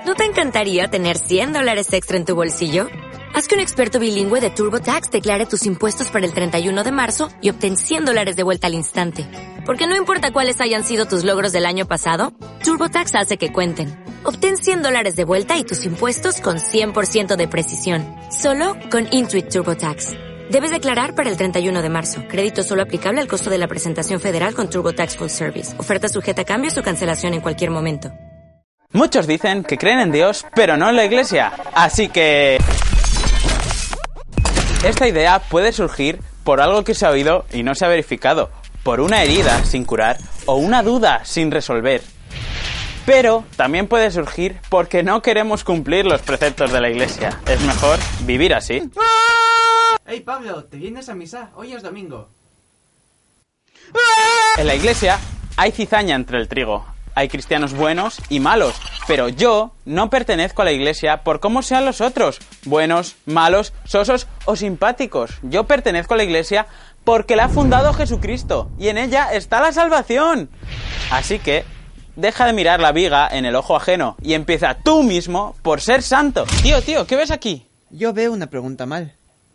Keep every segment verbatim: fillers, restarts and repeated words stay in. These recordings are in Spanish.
¿No te encantaría tener cien dólares extra en tu bolsillo? Haz que un experto bilingüe de TurboTax declare tus impuestos para el treinta y uno de marzo y obtén cien dólares de vuelta al instante. Porque no importa cuáles hayan sido tus logros del año pasado, TurboTax hace que cuenten. Obtén cien dólares de vuelta y tus impuestos con cien por ciento de precisión. Solo con Intuit TurboTax. Debes declarar para el treinta y uno de marzo. Crédito solo aplicable al costo de la presentación federal con TurboTax Full Service. Oferta sujeta a cambios o cancelación en cualquier momento. Muchos dicen que creen en Dios, pero no en la Iglesia. Así que... esta idea puede surgir por algo que se ha oído y no se ha verificado, por una herida sin curar o una duda sin resolver. Pero también puede surgir porque no queremos cumplir los preceptos de la Iglesia. Es mejor vivir así. Hey Pablo, ¿te vienes a misa? Hoy es domingo. En la Iglesia hay cizaña entre el trigo. Hay cristianos buenos y malos, pero yo no pertenezco a la Iglesia por cómo sean los otros, buenos, malos, sosos o simpáticos. Yo pertenezco a la Iglesia porque la ha fundado Jesucristo y en ella está la salvación. Así que deja de mirar la viga en el ojo ajeno y empieza tú mismo por ser santo. Tío, tío, ¿qué ves aquí? Yo veo una pregunta mal.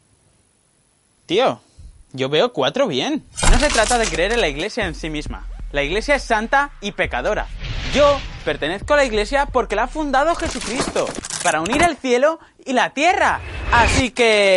Tío, yo veo cuatro bien. No se trata de creer en la Iglesia en sí misma. La Iglesia es santa y pecadora. Yo pertenezco a la Iglesia porque la ha fundado Jesucristo, para unir el cielo y la tierra. Así que...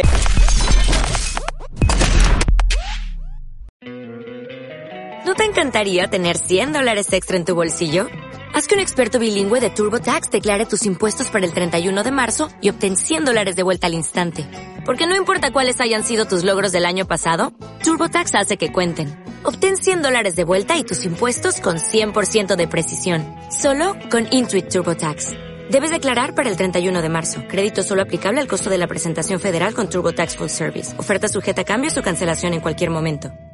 ¿No te encantaría tener cien dólares extra en tu bolsillo? Haz que un experto bilingüe de TurboTax declare tus impuestos para el treinta y uno de marzo y obtén cien dólares de vuelta al instante. Porque no importa cuáles hayan sido tus logros del año pasado, TurboTax hace que cuenten. Obtén cien dólares de vuelta y tus impuestos con cien por ciento de precisión. Solo con Intuit TurboTax. Debes declarar para el treinta y uno de marzo. Crédito solo aplicable al costo de la presentación federal con TurboTax Full Service. Oferta sujeta a cambios o cancelación en cualquier momento.